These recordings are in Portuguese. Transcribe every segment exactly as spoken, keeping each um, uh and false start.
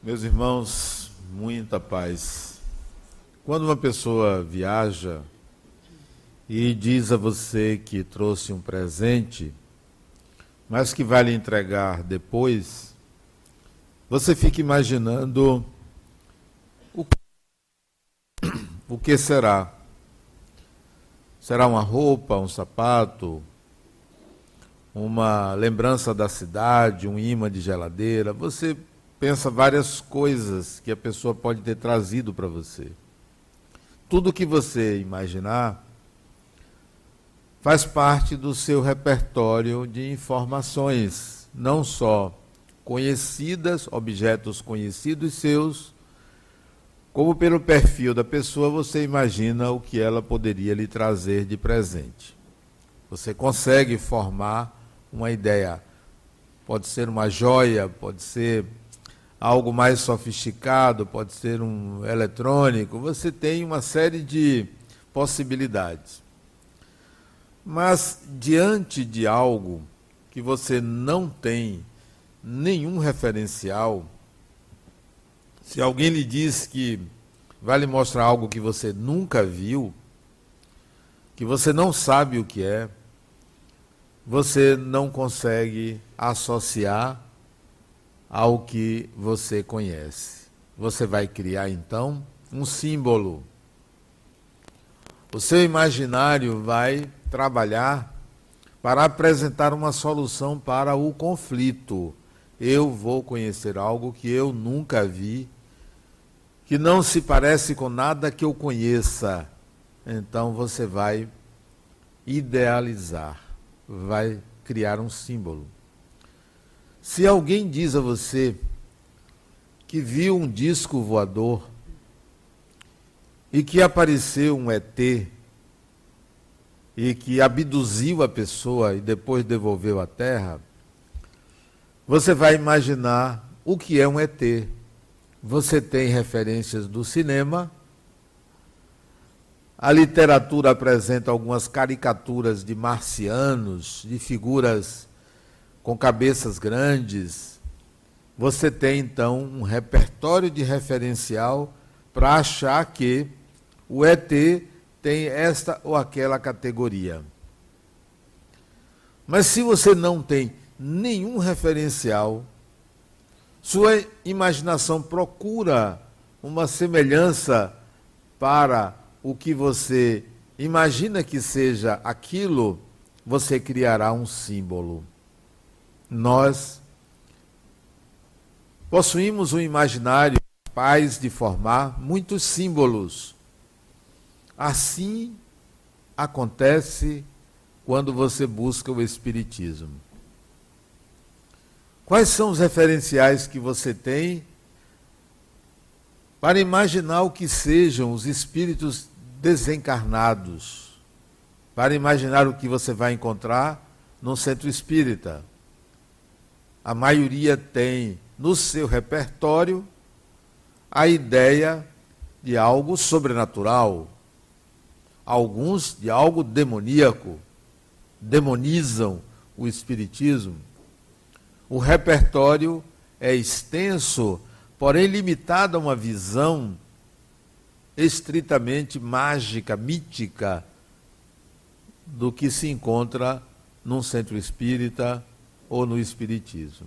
Meus irmãos, muita paz. Quando uma pessoa viaja e diz a você que trouxe um presente, mas que vai lhe entregar depois, você fica imaginando o que, o que será. Será uma roupa, um sapato, uma lembrança da cidade, um imã de geladeira. Você pensa várias coisas que a pessoa pode ter trazido para você. Tudo que você imaginar faz parte do seu repertório de informações, não só conhecidas, objetos conhecidos seus, como pelo perfil da pessoa você imagina o que ela poderia lhe trazer de presente. Você consegue formar uma ideia. Pode ser uma joia, pode ser algo mais sofisticado, pode ser um eletrônico. Você tem uma série de possibilidades. Mas diante de algo que você não tem nenhum referencial, se alguém lhe diz que vai lhe mostrar algo que você nunca viu, que você não sabe o que é, você não consegue associar ao que você conhece. Você vai criar, então, um símbolo. O seu imaginário vai trabalhar para apresentar uma solução para o conflito. Eu vou conhecer algo que eu nunca vi, que não se parece com nada que eu conheça. Então você vai idealizar, vai criar um símbolo. Se alguém diz a você que viu um disco voador e que apareceu um E T e que abduziu a pessoa e depois devolveu à Terra, você vai imaginar o que é um E T. Você tem referências do cinema, a literatura apresenta algumas caricaturas de marcianos, de figuras com cabeças grandes. Você tem, então, um repertório de referencial para achar que o E T tem esta ou aquela categoria. Mas se você não tem nenhum referencial, sua imaginação procura uma semelhança para o que você imagina que seja aquilo, você criará um símbolo. Nós possuímos um imaginário capaz de formar muitos símbolos. Assim acontece quando você busca o Espiritismo. Quais são os referenciais que você tem para imaginar o que sejam os espíritos desencarnados? Para imaginar o que você vai encontrar no centro espírita? A maioria tem no seu repertório a ideia de algo sobrenatural. Alguns de algo demoníaco. Demonizam o espiritismo. O repertório é extenso, porém limitado a uma visão estritamente mágica, mítica, do que se encontra num centro espírita ou no espiritismo.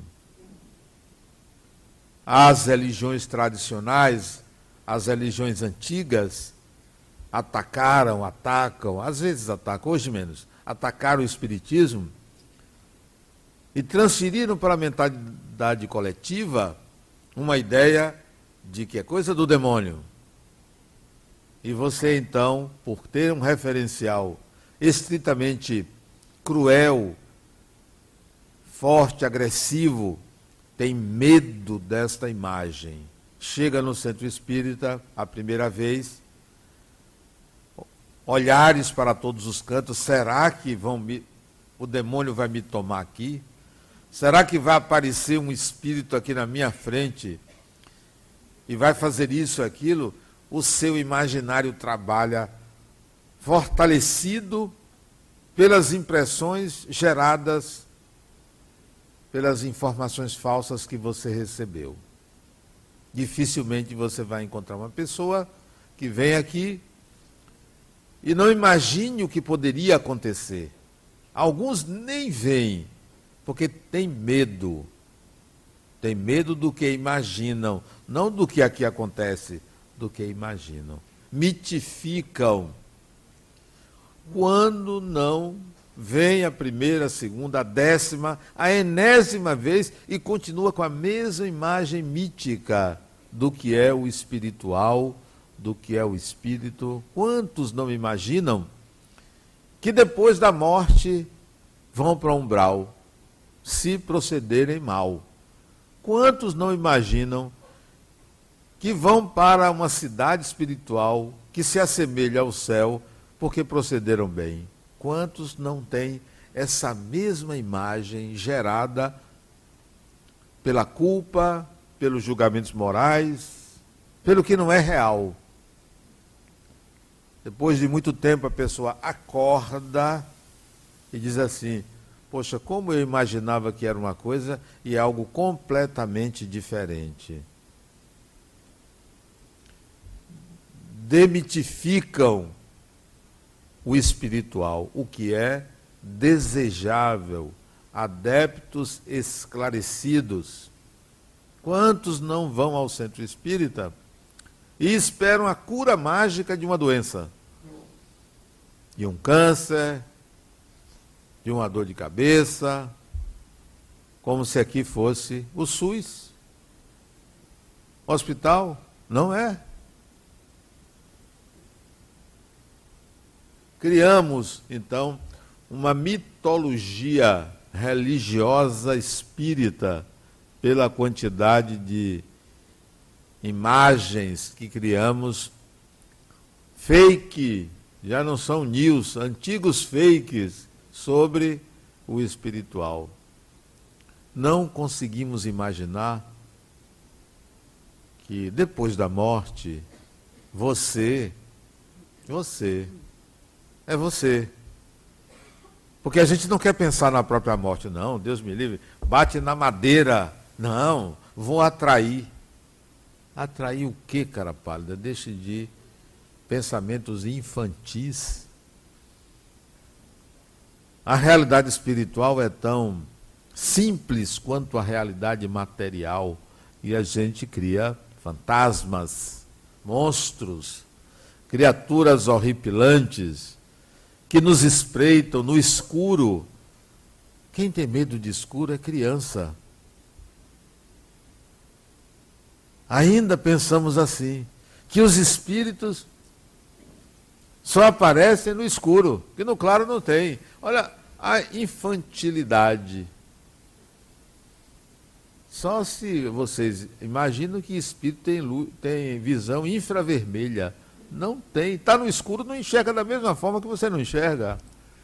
As religiões tradicionais, as religiões antigas, atacaram, atacam, às vezes atacam, hoje menos, atacaram o espiritismo e transferiram para a mentalidade coletiva uma ideia de que é coisa do demônio. E você, então, por ter um referencial estritamente cruel, forte, agressivo, tem medo desta imagem. Chega no centro espírita a primeira vez, olhares para todos os cantos, será que vão me, o demônio vai me tomar aqui? Será que vai aparecer um espírito aqui na minha frente e vai fazer isso, aquilo? O seu imaginário trabalha fortalecido pelas impressões geradas pelas informações falsas que você recebeu. Dificilmente você vai encontrar uma pessoa que vem aqui e não imagine o que poderia acontecer. Alguns nem vêm, porque tem medo. Tem medo do que imaginam, não do que aqui acontece, do que imaginam. Mitificam. Quando não vem a primeira, a segunda, a décima, a enésima vez e continua com a mesma imagem mítica do que é o espiritual, do que é o espírito. Quantos não imaginam que depois da morte vão para o umbral, se procederem mal? Quantos não imaginam que vão para uma cidade espiritual que se assemelha ao céu porque procederam bem? Quantos não têm essa mesma imagem gerada pela culpa, pelos julgamentos morais, pelo que não é real? Depois de muito tempo a pessoa acorda e diz assim: poxa, como eu imaginava que era uma coisa e é algo completamente diferente. Demitificam o espiritual, o que é desejável, adeptos esclarecidos. Quantos não vão ao centro espírita e esperam a cura mágica de uma doença? De um câncer, de uma dor de cabeça, como se aqui fosse o SUS. Hospital? Não é. Criamos, então, uma mitologia religiosa espírita pela quantidade de imagens que criamos, fake, já não são news, antigos fakes sobre o espiritual. Não conseguimos imaginar que depois da morte, você, você, é você. Porque a gente não quer pensar na própria morte, não, Deus me livre, bate na madeira, não, vou atrair. Atrair o quê, cara pálida? Deixe de pensamentos infantis. A realidade espiritual é tão simples quanto a realidade material e a gente cria fantasmas, monstros, criaturas horripilantes que nos espreitam no escuro. Quem tem medo de escuro é criança. Ainda pensamos assim, que os espíritos só aparecem no escuro, que no claro não tem. Olha a infantilidade. Só se vocês imaginam que espírito tem, luz, tem visão infravermelha. Não tem. Está no escuro, não enxerga da mesma forma que você não enxerga.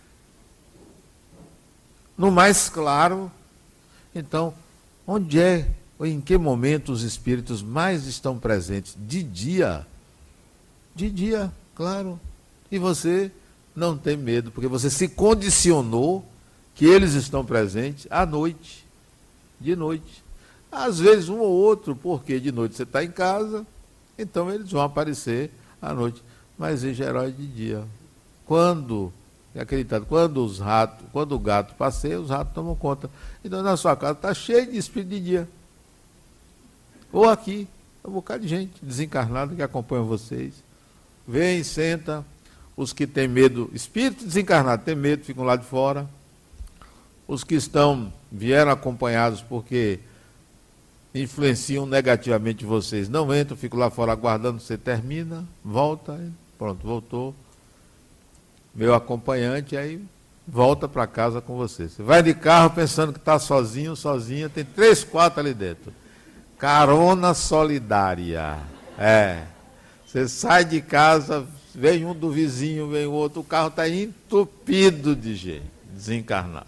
No mais claro, então, onde é, ou em que momento os espíritos mais estão presentes? De dia. De dia, claro. E você não tem medo, porque você se condicionou que eles estão presentes à noite, de noite. Às vezes um ou outro, porque de noite você está em casa, então eles vão aparecer à noite. Mas em geral é de dia. Quando, é acreditado, quando os ratos, quando o gato passeia, os ratos tomam conta. Então na sua casa está cheio de espírito de dia. Ou aqui, um bocado de gente desencarnada que acompanha vocês. Vem, senta. Os que têm medo, espírito desencarnado, tem medo, ficam lá de fora. Os que estão, vieram acompanhados porque influenciam negativamente vocês, não entram, ficam lá fora aguardando, você termina, volta, pronto, voltou. Meu acompanhante, aí volta para casa com você. Você vai de carro pensando que está sozinho, sozinha, tem três, quatro ali dentro. Carona solidária. É. Você sai de casa, vem um do vizinho, vem o outro, o carro está entupido de gente, desencarnada.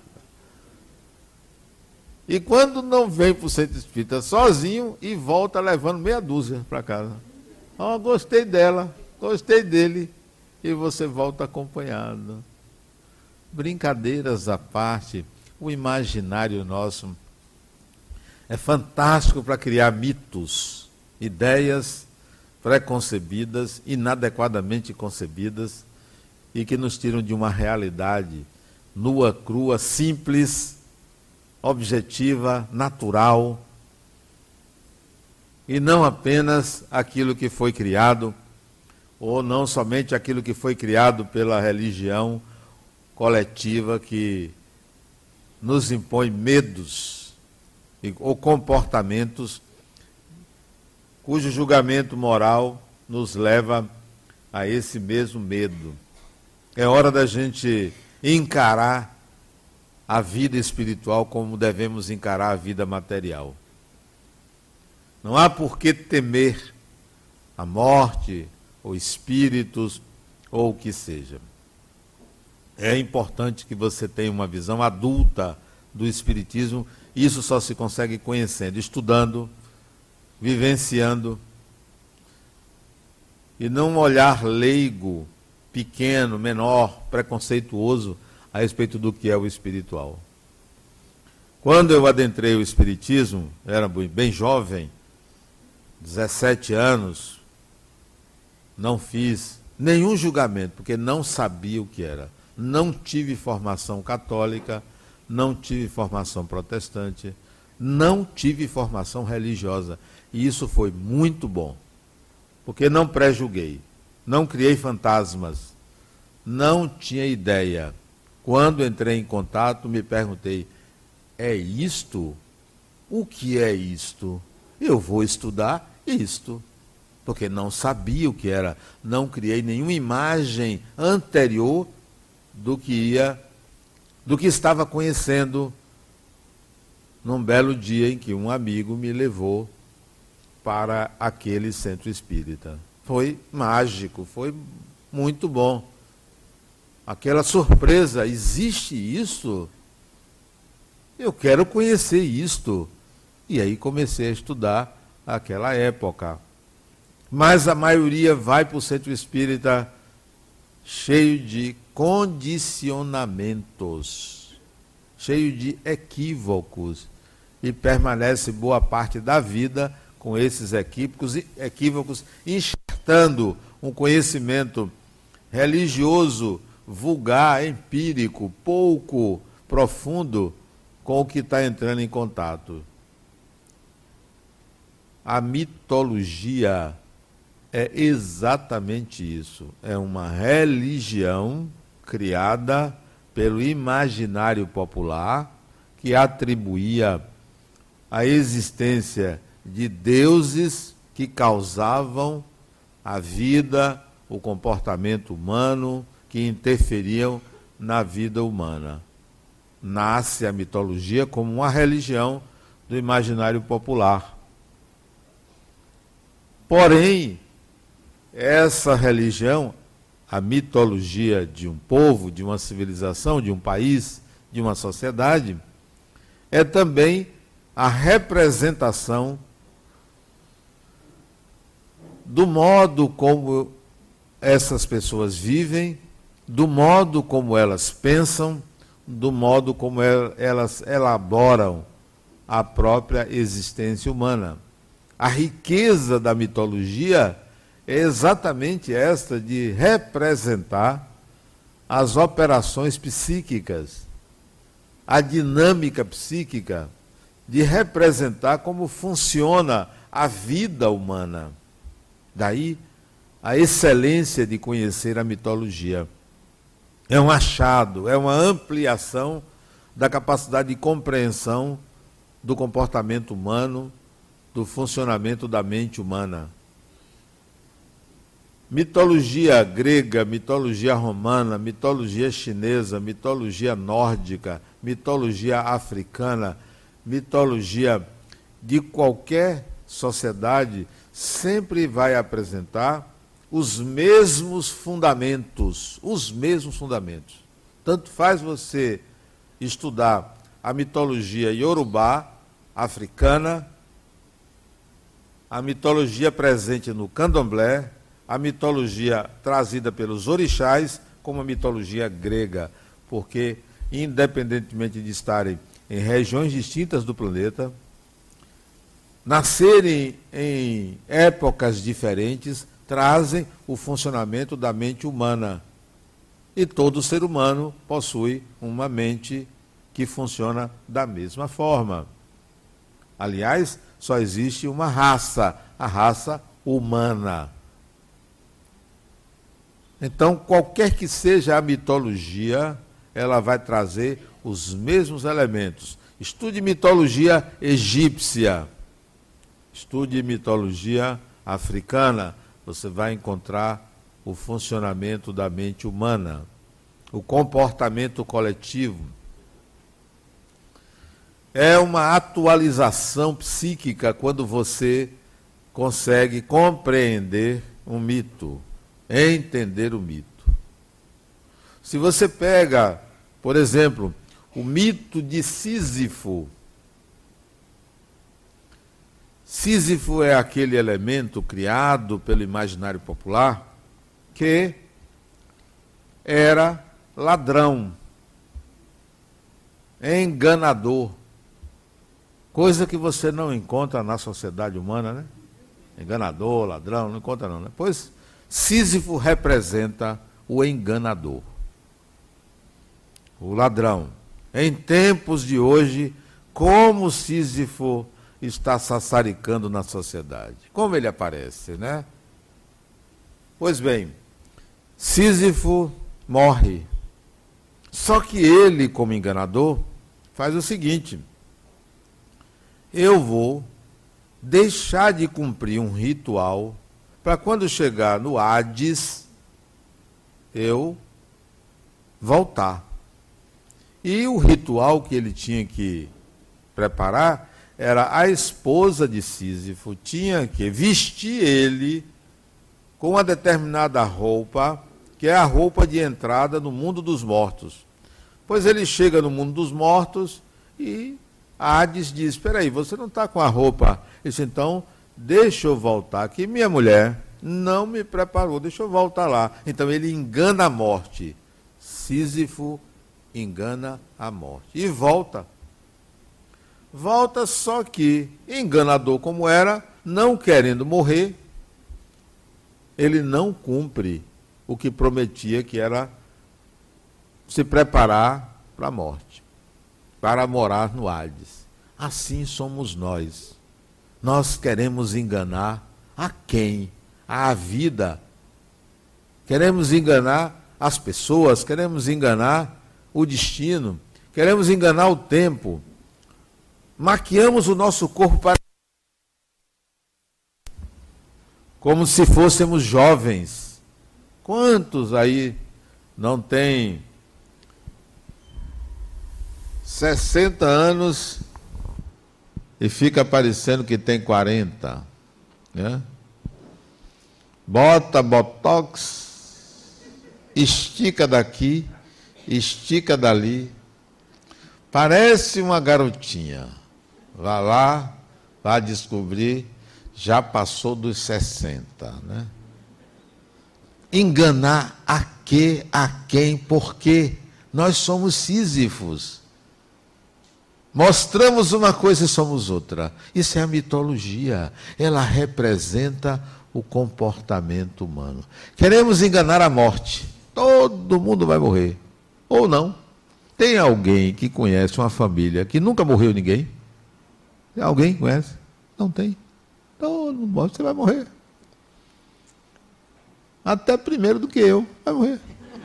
E quando não vem para o centro espírita sozinho e volta levando meia dúzia para casa. Oh, gostei dela, gostei dele. E você volta acompanhado. Brincadeiras à parte, o imaginário nosso é fantástico para criar mitos. ideias preconcebidas, inadequadamente concebidas, e que nos tiram de uma realidade nua, crua, simples, objetiva, natural, e não apenas aquilo que foi criado, ou não somente aquilo que foi criado pela religião coletiva que nos impõe medos ou comportamentos cujo julgamento moral nos leva a esse mesmo medo. É hora da gente encarar a vida espiritual como devemos encarar a vida material. Não há por que temer a morte, ou espíritos, ou o que seja. É importante que você tenha uma visão adulta do espiritismo. Isso só se consegue conhecendo, estudando, vivenciando, e não um olhar leigo, pequeno, menor, preconceituoso a respeito do que é o espiritual. Quando eu adentrei o espiritismo, era bem jovem, dezessete anos, não fiz nenhum julgamento, porque não sabia o que era. Não tive formação católica, não tive formação protestante, não tive formação religiosa. E isso foi muito bom, porque não pré-julguei, não criei fantasmas, não tinha ideia. Quando entrei em contato, me perguntei, é isto? O que é isto? Eu vou estudar isto, porque não sabia o que era, não criei nenhuma imagem anterior do que ia, do que estava conhecendo, num belo dia em que um amigo me levou para aquele centro espírita. Foi mágico, foi muito bom. Aquela surpresa, existe isso? Eu quero conhecer isto. E aí comecei a estudar aquela época. Mas a maioria vai para o centro espírita cheio de condicionamentos, cheio de equívocos, e permanece boa parte da vida com esses equívocos, equívocos enxertando um conhecimento religioso, vulgar, empírico, pouco profundo com o que está entrando em contato. A mitologia é exatamente isso. É uma religião criada pelo imaginário popular que atribuía a existência de deuses que causavam a vida, o comportamento humano, que interferiam na vida humana. Nasce a mitologia como uma religião do imaginário popular. Porém, essa religião, a mitologia de um povo, de uma civilização, de um país, de uma sociedade, é também a representação do modo como essas pessoas vivem, do modo como elas pensam, do modo como elas elaboram a própria existência humana. A riqueza da mitologia é exatamente esta de representar as operações psíquicas, a dinâmica psíquica, de representar como funciona a vida humana. Daí a excelência de conhecer a mitologia. É um achado, é uma ampliação da capacidade de compreensão do comportamento humano, do funcionamento da mente humana. Mitologia grega, mitologia romana, mitologia chinesa, mitologia nórdica, mitologia africana, mitologia de qualquer sociedade, sempre vai apresentar os mesmos fundamentos, os mesmos fundamentos. Tanto faz você estudar a mitologia iorubá, africana, a mitologia presente no candomblé, a mitologia trazida pelos orixás, como a mitologia grega, porque, independentemente de estarem em regiões distintas do planeta, nascerem em épocas diferentes, trazem o funcionamento da mente humana. E todo ser humano possui uma mente que funciona da mesma forma. Aliás, só existe uma raça, a raça humana. Então, qualquer que seja a mitologia, ela vai trazer os mesmos elementos. Estude mitologia egípcia, estude mitologia africana, você vai encontrar o funcionamento da mente humana, o comportamento coletivo. É uma atualização psíquica quando você consegue compreender um mito, entender o mito. Se você pega, por exemplo, o mito de Sísifo. Sísifo é aquele elemento criado pelo imaginário popular que era ladrão, enganador, coisa que você não encontra na sociedade humana, né? Enganador, ladrão, não encontra não, né? Pois Sísifo representa o enganador, o ladrão. Em tempos de hoje, como Sísifo está sassaricando na sociedade. Como ele aparece, né? Pois bem, Sísifo morre. Só que ele, como enganador, faz o seguinte: eu vou deixar de cumprir um ritual para quando chegar no Hades, eu voltar. E o ritual que ele tinha que preparar era a esposa de Sísifo tinha que vestir ele com uma determinada roupa, que é a roupa de entrada no mundo dos mortos. Pois ele chega no mundo dos mortos e Hades diz: espera aí, você não está com a roupa. Ele disse: então, deixa eu voltar aqui. Minha mulher não me preparou, deixa eu voltar lá. Então ele engana a morte. Sísifo engana a morte. E volta. Volta, só que, enganador como era, não querendo morrer, ele não cumpre o que prometia, que era se preparar para a morte, para morar no Hades. Assim somos nós. Nós queremos enganar a quem? A vida. Queremos enganar as pessoas, queremos enganar o destino, queremos enganar o tempo. Maquiamos o nosso corpo para como se fôssemos jovens. Quantos aí não têm sessenta anos e fica parecendo que tem quarenta, né? Bota botox, estica daqui, estica dali, parece uma garotinha. Vá lá, vá descobrir, já passou dos sessenta, né? Enganar a quê, a quem, por quê? Nós somos Sísifos. Mostramos uma coisa e somos outra. Isso é a mitologia. Ela representa o comportamento humano. Queremos enganar a morte. Todo mundo vai morrer. Ou não. Tem alguém que conhece uma família que nunca morreu ninguém? Alguém conhece? Não tem. Todo mundo morre. Você vai morrer. Até primeiro do que eu. Vai morrer.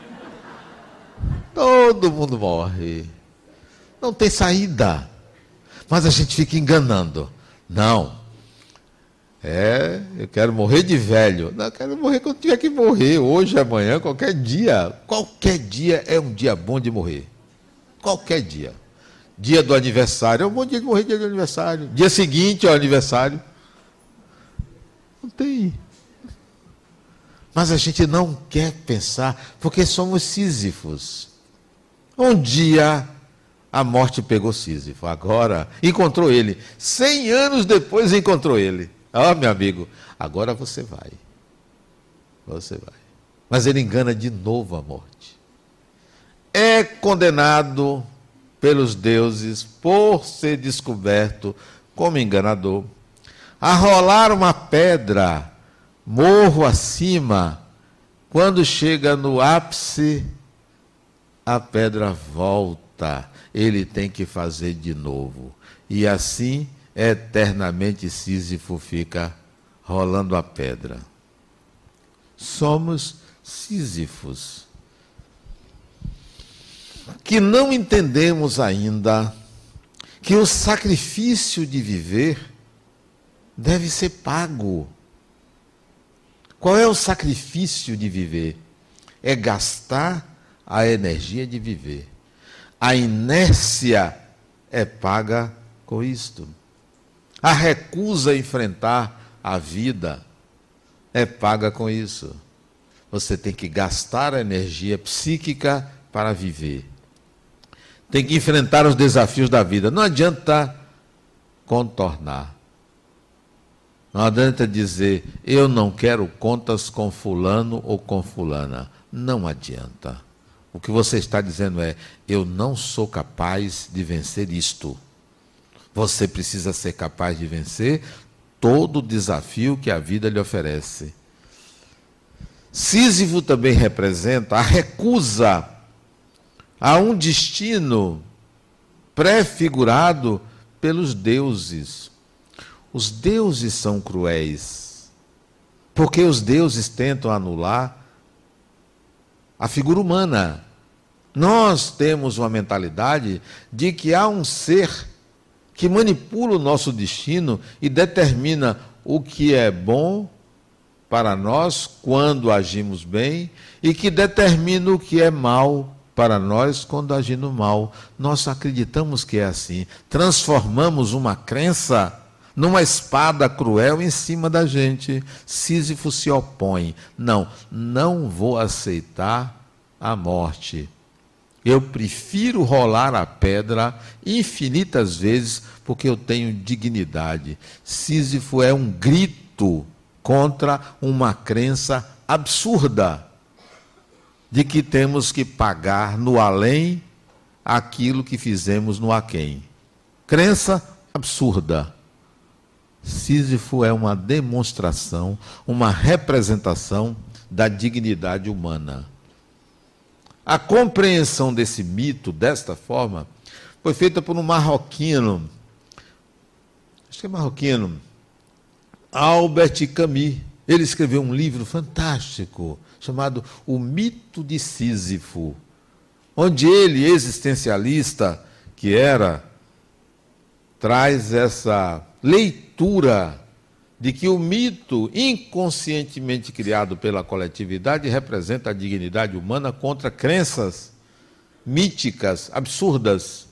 Todo mundo morre. Não tem saída. Mas a gente fica enganando. Não. É, eu quero morrer de velho. Não, eu quero morrer quando tiver que morrer. Hoje, amanhã, qualquer dia. Qualquer dia é um dia bom de morrer. Qualquer dia. Dia do aniversário. É um bom dia de morrer, dia do aniversário. Dia seguinte ao aniversário. Não tem. Mas a gente não quer pensar, porque somos Sísifos. Um dia a morte pegou Sísifo. Agora encontrou ele. Cem anos depois encontrou ele. Ó, oh, meu amigo, agora você vai. Você vai. Mas ele engana de novo a morte. É condenado pelos deuses por ser descoberto como enganador. a rolar uma pedra, morro acima. Quando chega no ápice, a pedra volta. Ele tem que fazer de novo. E assim, eternamente, Sísifo fica rolando a pedra. Somos Sísifos, que não entendemos ainda que o sacrifício de viver deve ser pago. Qual é o sacrifício de viver? É gastar a energia de viver. A inércia é paga com isto. A recusa a enfrentar a vida é paga com isso. Você tem que gastar a energia psíquica para viver. Tem que enfrentar os desafios da vida. Não adianta contornar. Não adianta dizer, eu não quero contas com fulano ou com fulana. Não adianta. O que você está dizendo é, eu não sou capaz de vencer isto. Você precisa ser capaz de vencer todo o desafio que a vida lhe oferece. Sísifo também representa a recusa a um destino prefigurado pelos deuses. Os deuses são cruéis, porque os deuses tentam anular a figura humana. Nós temos uma mentalidade de que há um ser que manipula o nosso destino e determina o que é bom para nós quando agimos bem e que determina o que é mal para nós quando agimos mal. Nós acreditamos que é assim. Transformamos uma crença numa espada cruel em cima da gente. Sísifo se opõe. Não, não vou aceitar a morte. Eu prefiro rolar a pedra infinitas vezes porque eu tenho dignidade. Sísifo é um grito contra uma crença absurda de que temos que pagar no além aquilo que fizemos no aquém. Crença absurda. Sísifo é uma demonstração, uma representação da dignidade humana. A compreensão desse mito, desta forma, foi feita por um marroquino, acho que é marroquino, Albert Camus. Ele escreveu um livro fantástico, chamado O Mito de Sísifo, onde ele, existencialista que era, traz essa leitura de que o mito inconscientemente criado pela coletividade representa a dignidade humana contra crenças míticas, absurdas,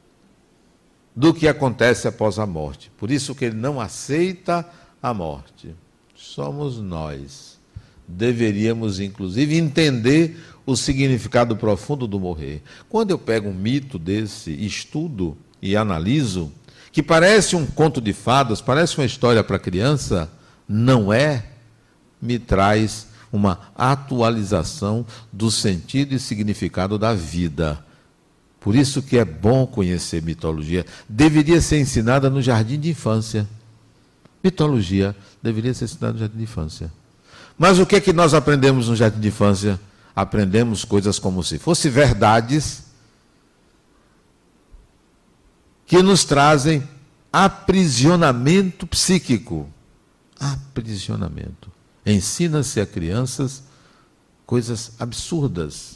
do que acontece após a morte. Por isso que ele não aceita a morte. Somos nós. Deveríamos, inclusive, entender o significado profundo do morrer. Quando eu pego um mito desse, estudo e analiso, que parece um conto de fadas, parece uma história para criança, não é, me traz uma atualização do sentido e significado da vida. Por isso que é bom conhecer mitologia. Deveria ser ensinada no jardim de infância. Mitologia deveria ser ensinada no jardim de infância. Mas o que é que nós aprendemos no jardim de infância? Aprendemos coisas como se fossem verdades que nos trazem aprisionamento psíquico. Aprisionamento. Ensina-se a crianças coisas absurdas.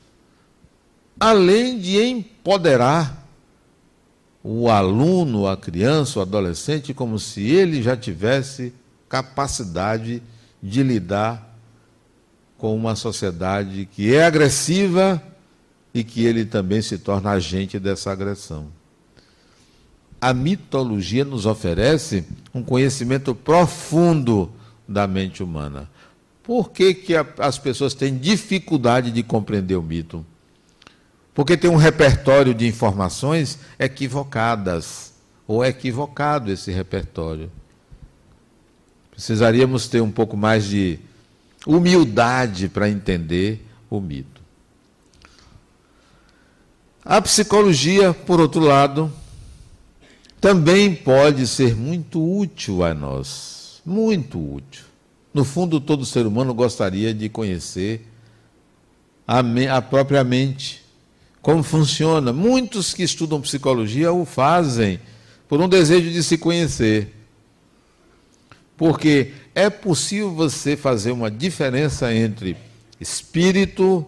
Além de empoderar o aluno, a criança, o adolescente, como se ele já tivesse capacidade de lidar com uma sociedade que é agressiva e que ele também se torna agente dessa agressão. A mitologia nos oferece um conhecimento profundo da mente humana. Por que que a, as pessoas têm dificuldade de compreender o mito? Porque tem um repertório de informações equivocadas, ou é equivocado esse repertório. Precisaríamos ter um pouco mais de humildade para entender o mito. A psicologia, por outro lado, também pode ser muito útil a nós, muito útil. No fundo, todo ser humano gostaria de conhecer a, me, a própria mente, como funciona. Muitos que estudam psicologia o fazem por um desejo de se conhecer. Porque é possível você fazer uma diferença entre espírito,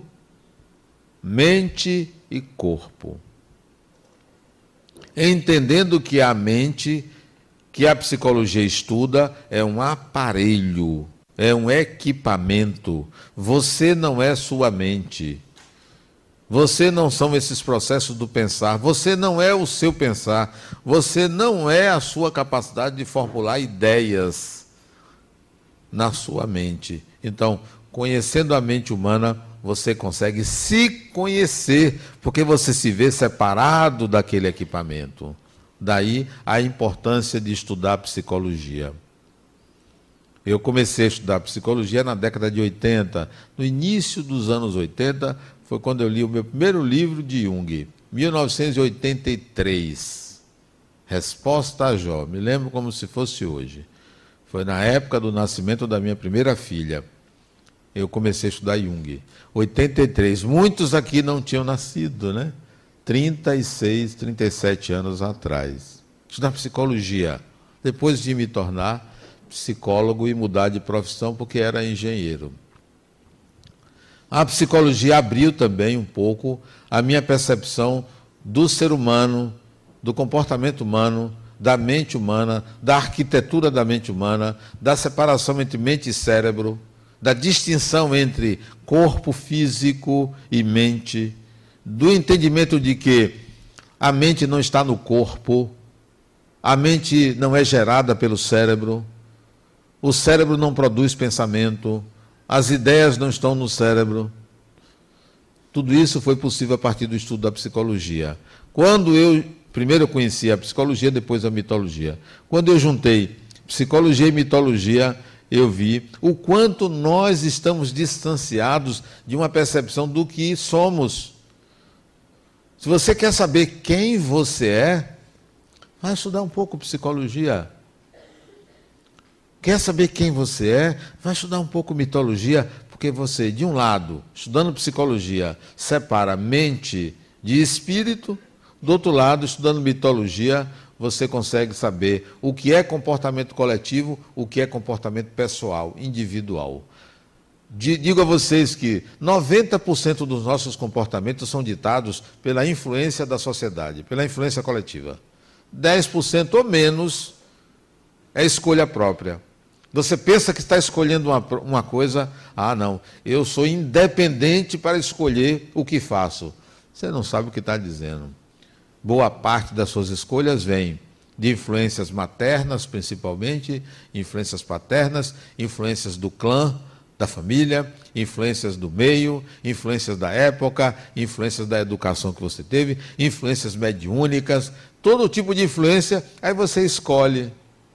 mente e corpo. Entendendo que a mente, que a psicologia estuda, é um aparelho, é um equipamento. Você não é sua mente. Você não são esses processos do pensar. Você não é o seu pensar. Você não é a sua capacidade de formular ideias na sua mente. Então, conhecendo a mente humana, você consegue se conhecer, porque você se vê separado daquele equipamento. Daí a importância de estudar psicologia. Eu comecei a estudar psicologia na década de oitenta. No início dos anos oitenta, foi quando eu li o meu primeiro livro de Jung, mil novecentos e oitenta e três. Resposta a Jó. Me lembro como se fosse hoje. Foi na época do nascimento da minha primeira filha. Eu comecei a estudar Jung. oitenta e três. Muitos aqui não tinham nascido, né? trinta e seis, trinta e sete anos atrás. Estudar psicologia. Depois de me tornar psicólogo e mudar de profissão, porque era engenheiro. A psicologia abriu também um pouco a minha percepção do ser humano, do comportamento humano, da mente humana, da arquitetura da mente humana, da separação entre mente e cérebro, da distinção entre corpo físico e mente, do entendimento de que a mente não está no corpo, a mente não é gerada pelo cérebro, o cérebro não produz pensamento, as ideias não estão no cérebro. Tudo isso foi possível a partir do estudo da psicologia. Quando eu, primeiro eu conheci a psicologia, depois a mitologia. Quando eu juntei psicologia e mitologia, eu vi o quanto nós estamos distanciados de uma percepção do que somos. Se você quer saber quem você é, vai estudar um pouco psicologia. Quer saber quem você é? Vai estudar um pouco mitologia, porque você, de um lado, estudando psicologia, separa mente de espírito, do outro lado, estudando mitologia, você consegue saber o que é comportamento coletivo, o que é comportamento pessoal, individual. Digo a vocês que noventa por cento dos nossos comportamentos são ditados pela influência da sociedade, pela influência coletiva. dez por cento ou menos é escolha própria. Você pensa que está escolhendo uma, uma coisa, ah não, eu sou independente para escolher o que faço. Você não sabe o que está dizendo. Boa parte das suas escolhas vem de influências maternas, principalmente, influências paternas, influências do clã, da família, influências do meio, influências da época, influências da educação que você teve, influências mediúnicas, todo tipo de influência, aí você escolhe.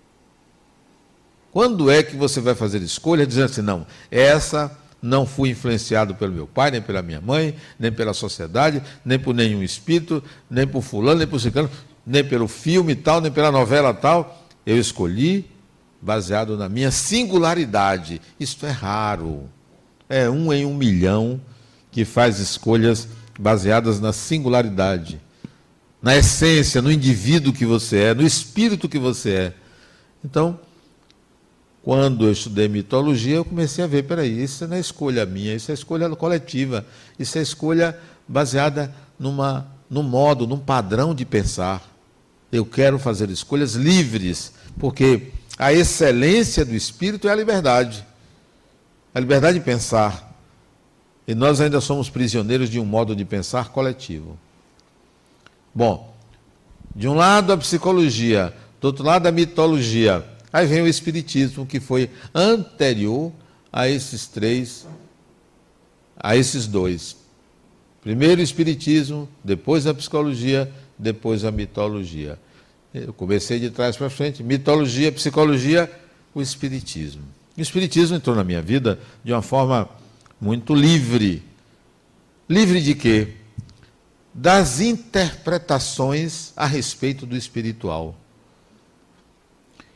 Quando é que você vai fazer escolha dizendo assim, não, essa não fui influenciado pelo meu pai, nem pela minha mãe, nem pela sociedade, nem por nenhum espírito, nem por fulano, nem por ciclano, nem pelo filme tal, nem pela novela tal. Eu escolhi baseado na minha singularidade. Isto é raro. É um em um milhão que faz escolhas baseadas na singularidade, na essência, no indivíduo que você é, no espírito que você é. Então, quando eu estudei mitologia, eu comecei a ver, peraí, isso não é escolha minha, isso é escolha coletiva, isso é escolha baseada numa, num modo, num padrão de pensar. Eu quero fazer escolhas livres, porque a excelência do espírito é a liberdade, a liberdade de pensar. E nós ainda somos prisioneiros de um modo de pensar coletivo. Bom, de um lado a psicologia, do outro lado a mitologia. Aí vem o espiritismo, que foi anterior a esses três, a esses dois. Primeiro o espiritismo, depois a psicologia, depois a mitologia. Eu comecei de trás para frente, mitologia, psicologia, o espiritismo. O espiritismo entrou na minha vida de uma forma muito livre. Livre de quê? Das interpretações a respeito do espiritual.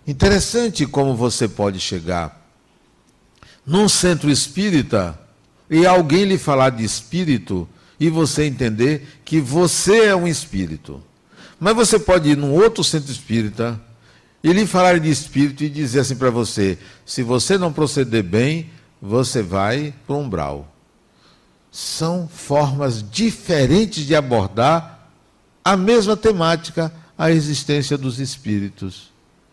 Interessante como você pode chegar num centro espírita e alguém lhe falar de espírito e você entender que você é um espírito. Mas você pode ir num outro centro espírita e lhe falar de espírito e dizer assim para você: se você não proceder bem, você vai para o umbral. São formas diferentes de abordar a mesma temática, a existência dos espíritos.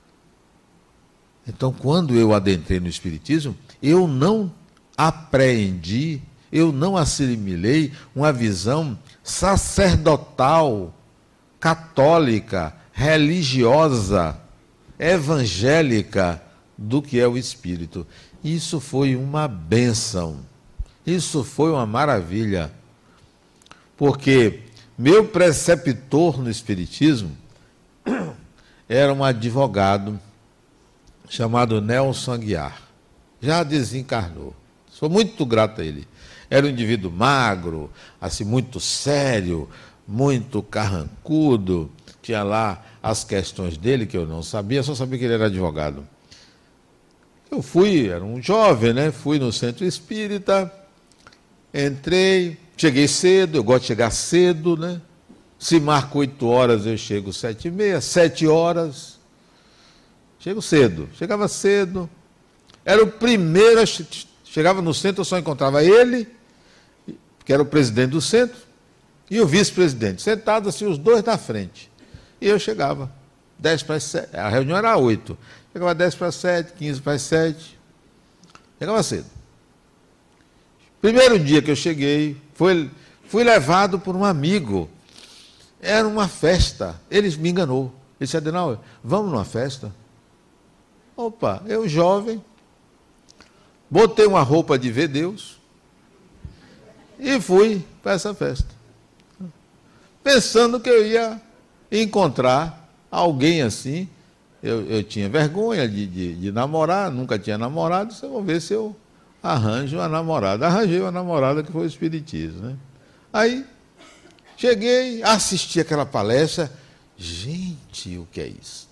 Então, quando eu adentrei no espiritismo, eu não apreendi, eu não assimilei uma visão sacerdotal, católica, religiosa, evangélica do que é o espírito. Isso foi uma bênção, isso foi uma maravilha, porque meu preceptor no espiritismo era um advogado chamado Nelson Aguiar, já desencarnou. Sou muito grato a ele. Era um indivíduo magro, assim, muito sério, muito carrancudo, tinha lá as questões dele que eu não sabia, só sabia que ele era advogado. Eu fui, era um jovem, né? Fui no centro espírita, entrei, cheguei cedo, eu gosto de chegar cedo, né? Se marca oito horas, eu chego sete e meia, sete horas, chego cedo, chegava cedo, era o primeiro, a che- chegava no centro, eu só encontrava ele, que era o presidente do centro, e o vice-presidente, sentados assim, os dois na frente. E eu chegava, dez para as sete, a reunião era oito, chegava dez para as sete, quinze para as sete, chegava cedo. Primeiro dia que eu cheguei, foi, fui levado por um amigo, era uma festa, ele me enganou, ele disse: Adenauer, vamos numa festa? Opa, eu jovem, botei uma roupa de ver Deus e fui para essa festa, pensando que eu ia encontrar alguém assim. Eu, eu tinha vergonha de, de, de namorar, nunca tinha namorado, disse: vou ver se eu arranjo uma namorada. Arranjei uma namorada, que foi o espiritismo, né? Aí, cheguei, assisti aquela palestra, gente, o que é isso?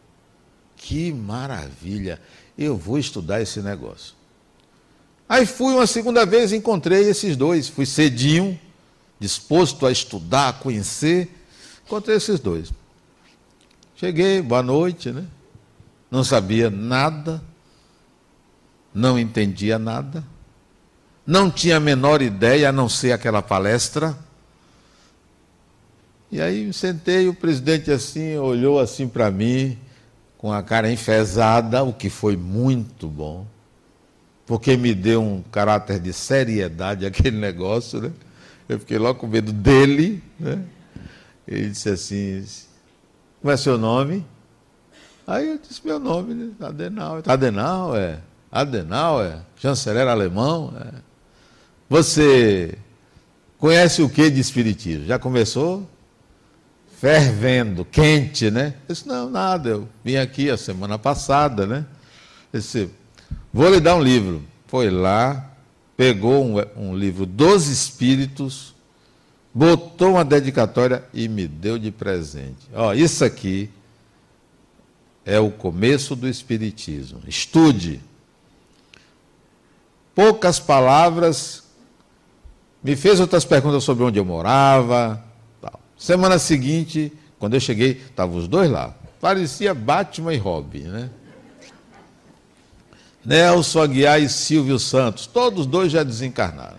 Que maravilha, eu vou estudar esse negócio. Aí fui uma segunda vez, encontrei esses dois, fui cedinho, disposto a estudar, a conhecer, encontrei esses dois. Cheguei, boa noite, né? Não sabia nada, não entendia nada, não tinha a menor ideia, a não ser aquela palestra. E aí me sentei, o presidente assim, olhou assim para mim, com a cara enfesada, o que foi muito bom, porque me deu um caráter de seriedade aquele negócio, né? Eu fiquei logo com medo dele, né? Ele disse assim: como é seu nome? Aí eu disse meu nome, né? Adenauer. Adenauer, Adenauer, chanceler alemão. É. Você conhece o que de espiritismo? Já começou fervendo, quente, né? Eu disse: não, nada, eu vim aqui a semana passada, né? Eu disse: vou lhe dar um livro. Foi lá, pegou um, um livro dos Espíritos, botou uma dedicatória e me deu de presente. Ó, isso aqui é o começo do Espiritismo. Estude. Poucas palavras, me fez outras perguntas sobre onde eu morava. Tal. Semana seguinte, quando eu cheguei, estavam os dois lá. Parecia Batman e Robin, né? Nelson Aguiar e Silvio Santos, todos dois já desencarnaram.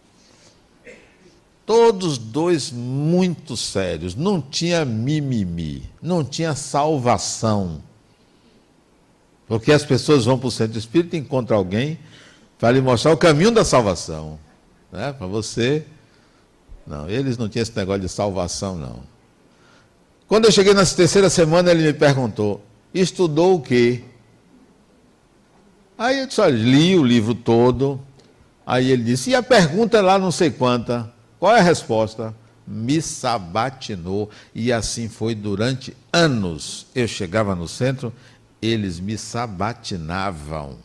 Todos dois muito sérios, não tinha mimimi, não tinha salvação. Porque as pessoas vão para o centro espírita e encontram alguém para lhe mostrar o caminho da salvação, né? Para você. Não, eles não tinham esse negócio de salvação, não. Quando eu cheguei na terceira semana, ele me perguntou: estudou o quê? Aí eu disse: olha, li o livro todo. Aí ele disse: e a pergunta lá não sei quanta? Qual é a resposta? Me sabatinou. E assim foi durante anos. Eu chegava no centro, eles me sabatinavam.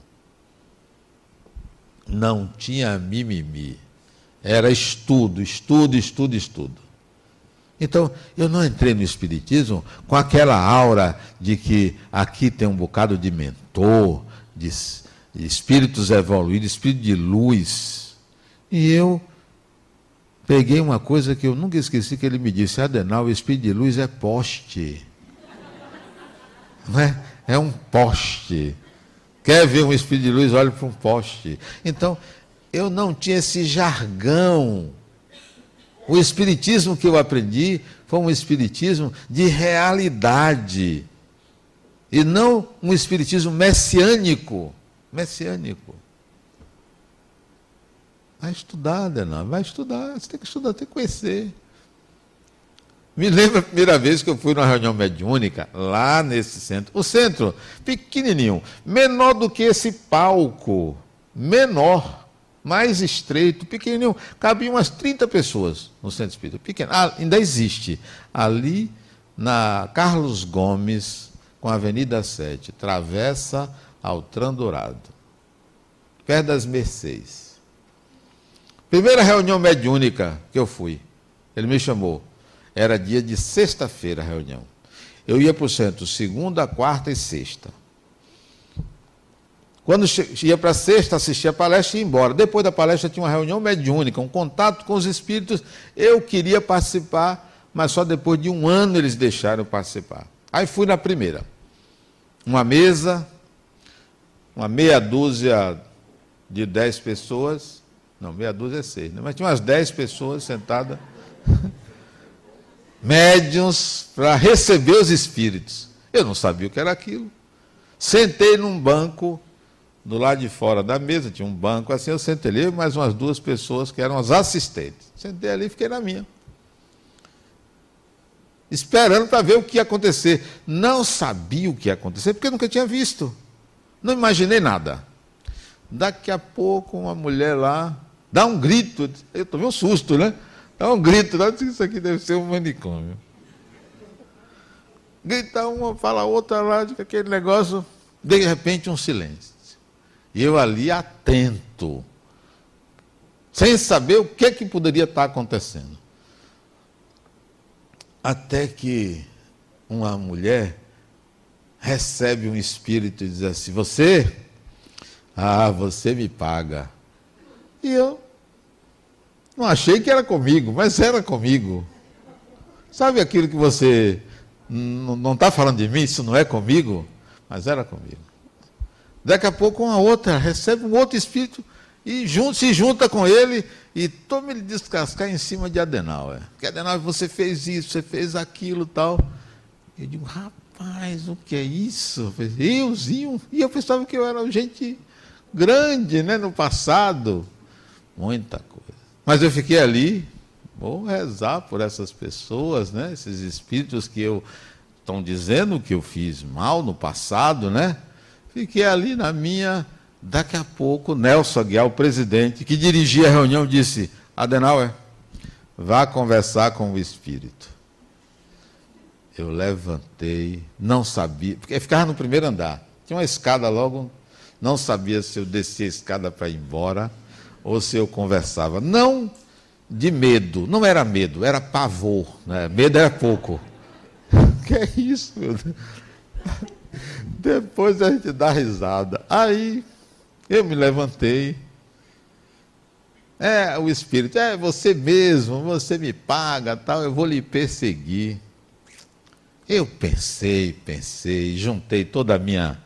Não tinha mimimi. Era estudo, estudo, estudo, estudo. Então, eu não entrei no espiritismo com aquela aura de que aqui tem um bocado de mentor, de, de espíritos evoluídos, espírito de luz. E eu peguei uma coisa que eu nunca esqueci, que ele me disse: Adenal, o espírito de luz é poste. Não é? É um poste. Quer ver um espírito de luz? Olha para um poste. Então, eu não tinha esse jargão. O espiritismo que eu aprendi foi um espiritismo de realidade. E não um espiritismo messiânico. Messiânico. Vai estudar, Adenal, vai estudar. Você tem que estudar, tem que conhecer. Me lembro a primeira vez que eu fui numa reunião mediúnica, lá nesse centro. O centro, pequenininho, menor do que esse palco. Menor. Mais estreito, pequenininho, cabiam umas trinta pessoas no centro espírita, pequeno, ah, ainda existe, ali na Carlos Gomes, com a Avenida sete, travessa Altran Dourado, perto das Mercês. Primeira reunião mediúnica que eu fui, ele me chamou, era dia de sexta-feira a reunião, eu ia para o centro segunda, quarta e sexta. Quando ia para a sexta, assistia a palestra e ia embora. Depois da palestra tinha uma reunião mediúnica, um contato com os espíritos. Eu queria participar, mas só depois de um ano eles deixaram eu participar. Aí fui na primeira. Uma mesa, uma meia dúzia de dez pessoas. Não, meia dúzia é seis, né? Mas tinha umas dez pessoas sentadas, médiuns, para receber os espíritos. Eu não sabia o que era aquilo. Sentei num banco do lado de fora da mesa, tinha um banco assim, eu sentei ali, mais umas duas pessoas que eram as assistentes. Sentei ali e fiquei na minha. Esperando para ver o que ia acontecer. Não sabia o que ia acontecer, porque eu nunca tinha visto. Não imaginei nada. Daqui a pouco, uma mulher lá dá um grito. Eu tomei um susto, né? Dá um grito. Isso aqui deve ser um manicômio. Grita uma, fala outra lá, de aquele negócio. De repente, um silêncio. E eu ali atento, sem saber o que, que poderia estar acontecendo. Até que uma mulher recebe um espírito e diz assim: você? Ah, você me paga. E eu não achei que era comigo, mas era comigo. Sabe aquilo que você não está falando de mim, isso não é comigo? Mas era comigo. Daqui a pouco uma outra recebe um outro espírito e junto, se junta com ele e toma ele descascar em cima de Adenal. É. Porque Adenal, você fez isso, você fez aquilo e tal. Eu digo: rapaz, o que é isso? Euzinho. E eu pensava que eu era gente grande, né, no passado. Muita coisa. Mas eu fiquei ali, vou rezar por essas pessoas, né, esses espíritos que eu estão dizendo que eu fiz mal no passado, né? Fiquei ali na minha. Daqui a pouco, Nelson Aguiar, o presidente, que dirigia a reunião, disse: Adenauer, vá conversar com o espírito. Eu levantei, não sabia, porque ficava no primeiro andar. Tinha uma escada logo, não sabia se eu descia a escada para ir embora ou se eu conversava. Não de medo, não era medo, era pavor, né? Medo era pouco. Que é isso, meu Deus? Depois a gente dá risada. Aí eu me levantei. É, o espírito, é você mesmo, você me paga, tal, eu vou lhe perseguir. Eu pensei, pensei, juntei toda a minha,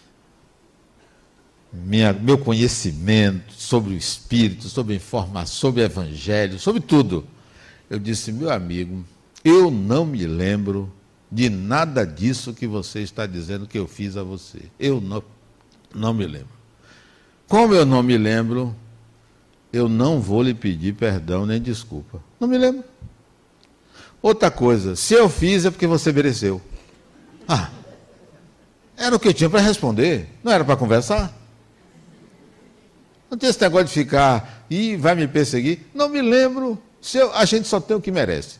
minha meu conhecimento sobre o espírito, sobre a informação, sobre o evangelho, sobre tudo. Eu disse: meu amigo, eu não me lembro de nada disso que você está dizendo que eu fiz a você. Eu não, não me lembro. Como eu não me lembro, eu não vou lhe pedir perdão nem desculpa. Não me lembro. Outra coisa, se eu fiz é porque você mereceu. Ah, era o que eu tinha para responder, não era para conversar. Não tinha esse negócio de ficar, e vai me perseguir. Não me lembro, se eu, a gente só tem o que merece.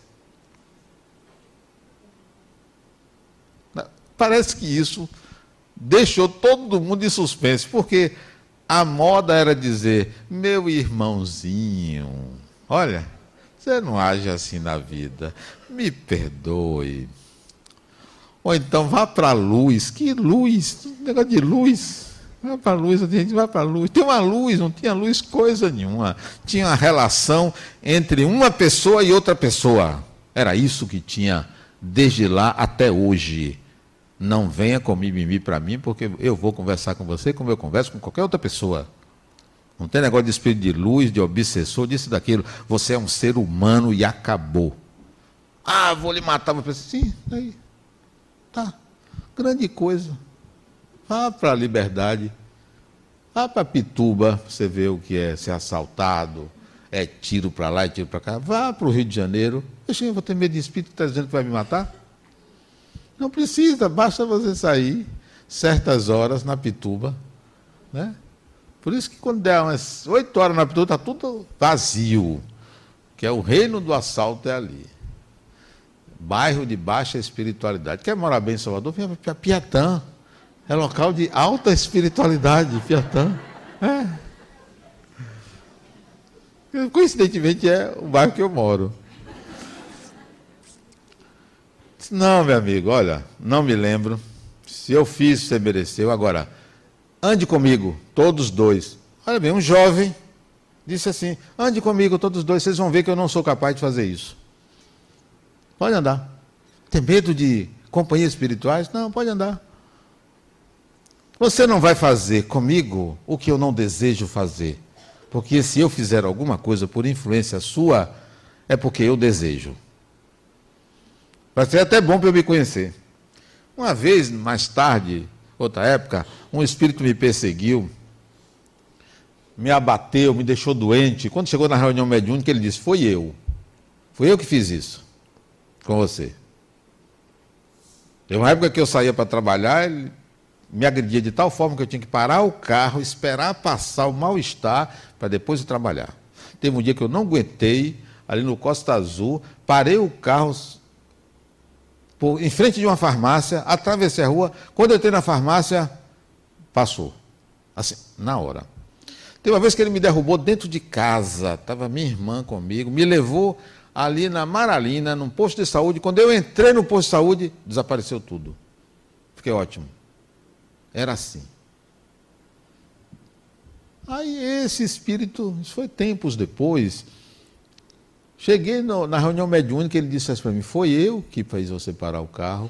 Parece que isso deixou todo mundo em suspense, porque a moda era dizer: meu irmãozinho, olha, Você não age assim na vida. Me perdoe. Ou então vá para a luz. Que luz? Negócio de luz. Vá para a luz, a gente vai para a luz. Tem uma luz, não tinha luz coisa nenhuma. Tinha uma relação entre uma pessoa e outra pessoa. Era isso que tinha desde lá até hoje. Não venha com mimimi para mim, porque eu vou conversar com você como eu converso com qualquer outra pessoa. Não tem negócio de espírito de luz, de obsessor, disso e daquilo. Você é um ser humano e acabou. Ah, vou lhe matar. Eu pensei, sim, aí. Tá. Grande coisa. Vá para a Liberdade. Vá para Pituba, você vê o que é ser assaltado. É tiro para lá, é tiro para cá. Vá para o Rio de Janeiro. Eu vou ter medo de espírito que está dizendo que vai me matar? Não precisa, basta você sair certas horas na Pituba, né? Por isso que quando der umas oito horas na Pituba, está tudo vazio, que é o reino do assalto é ali. Bairro de baixa espiritualidade. Quer morar bem em Salvador? Venha para Piatã. É local de alta espiritualidade, Piatã. É. Coincidentemente é o bairro que eu moro. Não, meu amigo, olha, não me lembro. Se eu fiz, você mereceu. Agora, ande comigo, todos dois. Olha bem, um jovem disse assim, ande comigo, todos dois, vocês vão ver que eu não sou capaz de fazer isso. Pode andar. Tem medo de companhias espirituais? Não, pode andar. Você não vai fazer comigo o que eu não desejo fazer. Porque se eu fizer alguma coisa por influência sua, é porque eu desejo. Vai ser até bom para eu me conhecer. Uma vez, mais tarde, outra época, um espírito me perseguiu, me abateu, me deixou doente. Quando chegou na reunião mediúnica, ele disse, foi eu. Foi eu que fiz isso com você. Tem uma época que eu saía para trabalhar, ele me agredia de tal forma que eu tinha que parar o carro, esperar passar o mal-estar para depois ir trabalhar. Teve um dia que eu não aguentei, ali no Costa Azul, parei o carro por, em frente de uma farmácia, atravessei a rua, quando eu entrei na farmácia, passou. Assim, na hora. Tem uma vez que ele me derrubou dentro de casa, estava minha irmã comigo, me levou ali na Maralina, num posto de saúde. Quando eu entrei no posto de saúde, desapareceu tudo. Fiquei ótimo. Era assim. Aí esse espírito, isso foi tempos depois, cheguei no, na reunião mediúnica, ele disse assim para mim, foi eu que fez você parar o carro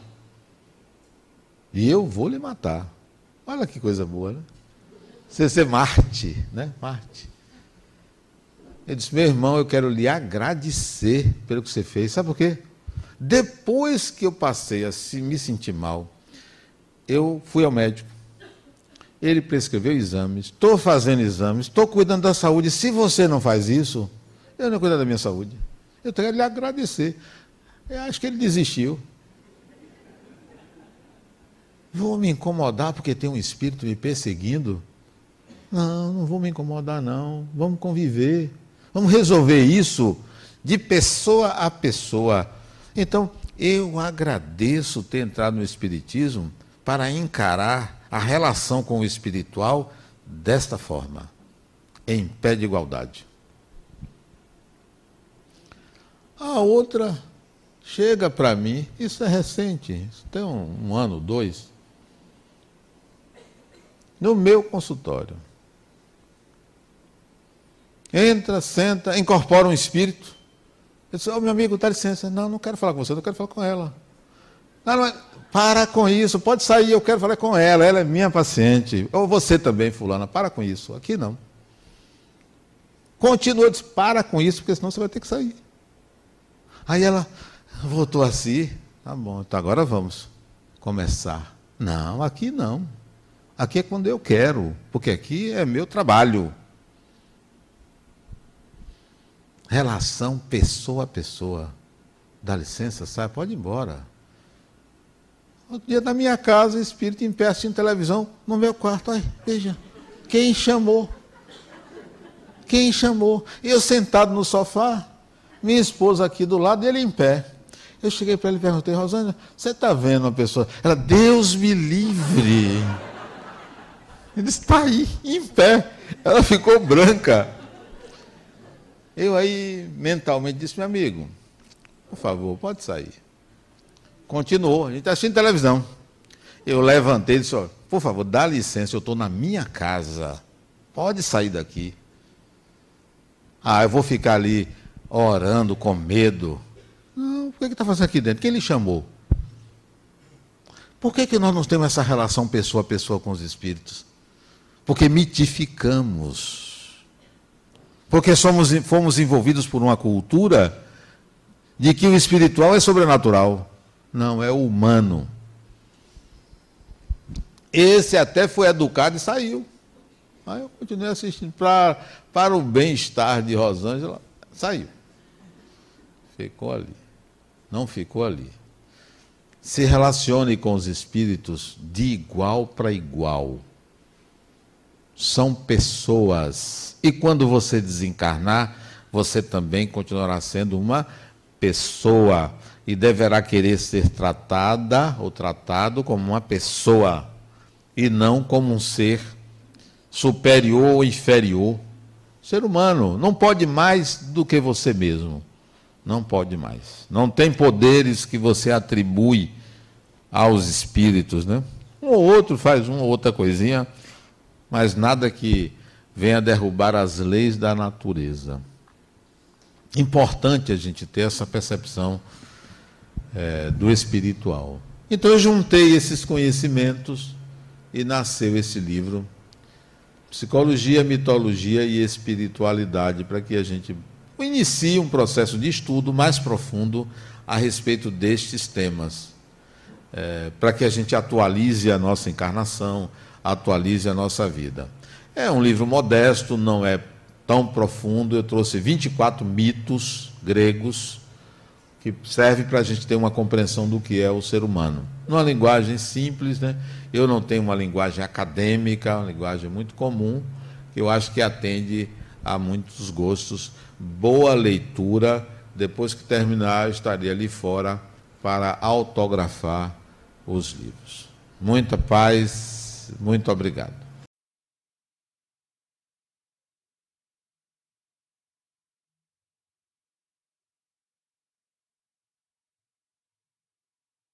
e eu vou lhe matar. Olha que coisa boa, né? Você ser Marte, né? Marte. Ele disse, meu irmão, eu quero lhe agradecer pelo que você fez. Sabe por quê? Depois que eu passei a me sentir mal, eu fui ao médico. Ele prescreveu exames, estou fazendo exames, estou cuidando da saúde. Se você não faz isso, eu não cuido da minha saúde. Eu quero lhe agradecer. Eu acho que ele desistiu. Vou me incomodar porque tem um espírito me perseguindo? Não, não vou me incomodar, não. Vamos conviver. Vamos resolver isso de pessoa a pessoa. Então, eu agradeço ter entrado no Espiritismo para encarar a relação com o espiritual desta forma, em pé de igualdade. A outra chega para mim, isso é recente, isso tem um, um ano, dois, no meu consultório. Entra, senta, incorpora um espírito. Eu disse, oh, meu amigo, dá licença. Não, não quero falar com você, eu quero falar com ela. Não, não, para com isso, pode sair, eu quero falar com ela, ela é minha paciente. Ou você também, fulana, para com isso. Aqui não. Continua, disse, para com isso, porque senão você vai ter que sair. Aí ela voltou assim, tá bom, então agora vamos começar. Não, aqui não. Aqui é quando eu quero, porque aqui é meu trabalho. Relação pessoa a pessoa. Dá licença, sai, pode ir embora. Outro dia na minha casa, o espírito em pé assistindo televisão, no meu quarto, ai, veja, quem chamou? Quem chamou? Eu sentado no sofá, minha esposa aqui do lado, e ele em pé. Eu cheguei para ele e perguntei, Rosângela, você está vendo uma pessoa? Ela, Deus me livre. Ele está aí, em pé. Ela ficou branca. Eu aí mentalmente disse, meu amigo, por favor, pode sair. Continuou, a gente está assistindo televisão. Eu levantei e disse, ó, por favor, dá licença, eu estou na minha casa. Pode sair daqui. Ah, eu vou ficar ali orando com medo. Não, por que está fazendo aqui dentro? Quem lhe chamou? Por que, que nós não temos essa relação pessoa a pessoa com os espíritos? Porque mitificamos. Porque somos, fomos envolvidos por uma cultura de que o espiritual é sobrenatural. Não, é o humano. Esse até foi educado e saiu. Aí eu continuei assistindo pra, para o bem-estar de Rosângela. Saiu. Ficou ali. Não ficou ali. Se relacione com os espíritos de igual para igual. São pessoas. E quando você desencarnar, você também continuará sendo uma pessoa. E deverá querer ser tratada ou tratado como uma pessoa. E não como um ser superior ou inferior. Ser humano não pode mais do que você mesmo. Não pode mais. Não tem poderes que você atribui aos espíritos, né? Um ou outro faz uma ou outra coisinha, mas nada que venha derrubar as leis da natureza. Importante a gente ter essa percepção é, do espiritual. Então eu juntei esses conhecimentos e nasceu esse livro, Psicologia, Mitologia e Espiritualidade, para que a gente inicie um processo de estudo mais profundo a respeito destes temas, é, para que a gente atualize a nossa encarnação, atualize a nossa vida. É um livro modesto, não é tão profundo, eu trouxe vinte e quatro mitos gregos, que serve para a gente ter uma compreensão do que é o ser humano. Numa linguagem simples, né? Eu não tenho uma linguagem acadêmica, uma linguagem muito comum, que eu acho que atende a muitos gostos. Boa leitura, depois que terminar, eu estaria ali fora para autografar os livros. Muita paz, muito obrigado.